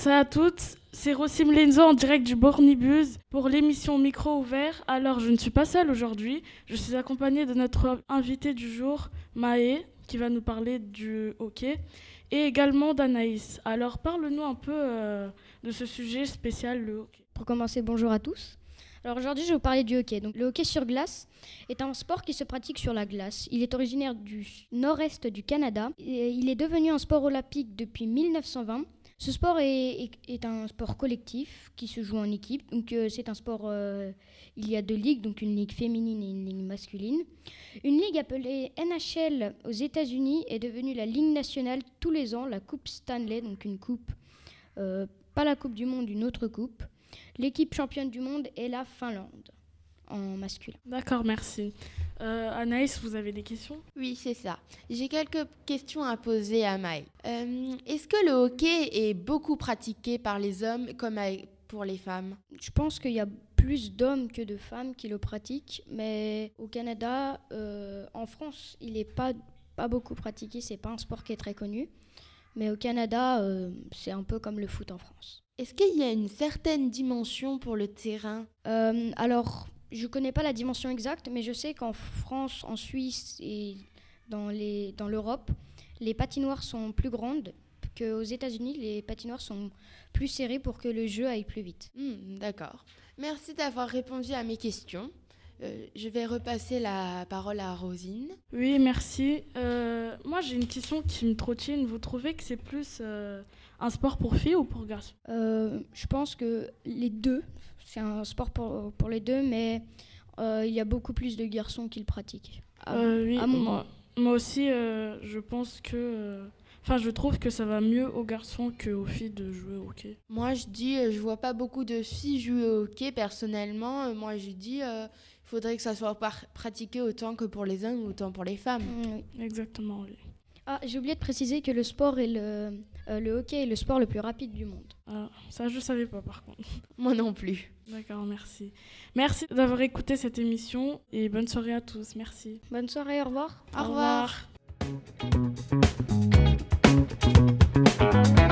tous et à toutes, c'est Rosim Lenzo en direct du Bornibus pour l'émission Micro Ouvert. Alors, je ne suis pas seule aujourd'hui, je suis accompagnée de notre invité du jour, Maë, qui va nous parler du hockey, et également d'Anaïs. Alors, parle-nous un peu de ce sujet spécial, le hockey. Pour commencer, bonjour à tous. Alors aujourd'hui, je vais vous parler du hockey. Donc, le hockey sur glace est un sport qui se pratique sur la glace. Il est originaire du nord-est du Canada et il est devenu un sport olympique depuis 1920. Ce sport est un sport collectif qui se joue en équipe. Donc, c'est un sport, il y a 2 ligues, donc une ligue féminine et une ligue masculine. Une ligue appelée NHL aux États-Unis est devenue la ligue nationale tous les ans, la Coupe Stanley, donc une coupe, pas la Coupe du Monde, une autre coupe. L'équipe championne du monde est la Finlande, en masculin. D'accord, merci. Anaïs, vous avez des questions ? Oui, c'est ça. J'ai quelques questions à poser à Maë. Est-ce que le hockey est beaucoup pratiqué par les hommes comme pour les femmes ? Je pense qu'il y a plus d'hommes que de femmes qui le pratiquent, mais au Canada, en France, il n'est pas beaucoup pratiqué, c'est pas un sport qui est très connu. Mais au Canada, c'est un peu comme le foot en France. Est-ce qu'il y a une certaine dimension pour le terrain ? Alors, je ne connais pas la dimension exacte, mais je sais qu'en France, en Suisse et dans l'Europe, les patinoires sont plus grandes, qu'aux États-Unis, les patinoires sont plus serrées pour que le jeu aille plus vite. D'accord. Merci d'avoir répondu à mes questions. Je vais repasser la parole à Rosine. Oui, merci. Moi, j'ai une question qui me trottine. Vous trouvez que c'est plus un sport pour filles ou pour garçons ? Je pense que les deux, c'est un sport pour les deux, mais il y a beaucoup plus de garçons qui le pratiquent. Oui, moi aussi, je pense que... je trouve que ça va mieux aux garçons qu'aux filles de jouer au hockey. Moi, je dis, je vois pas beaucoup de filles jouer au hockey, personnellement. Moi, je dis, il faudrait que ça soit pratiqué autant que pour les hommes, autant pour les femmes. Oui. Exactement, oui. Ah, j'ai oublié de préciser que le sport est le hockey est le sport le plus rapide du monde. Ah, ça, je savais pas, par contre. Moi non plus. D'accord, merci. Merci d'avoir écouté cette émission et bonne soirée à tous. Merci. Bonne soirée, au revoir. Au revoir. Au revoir.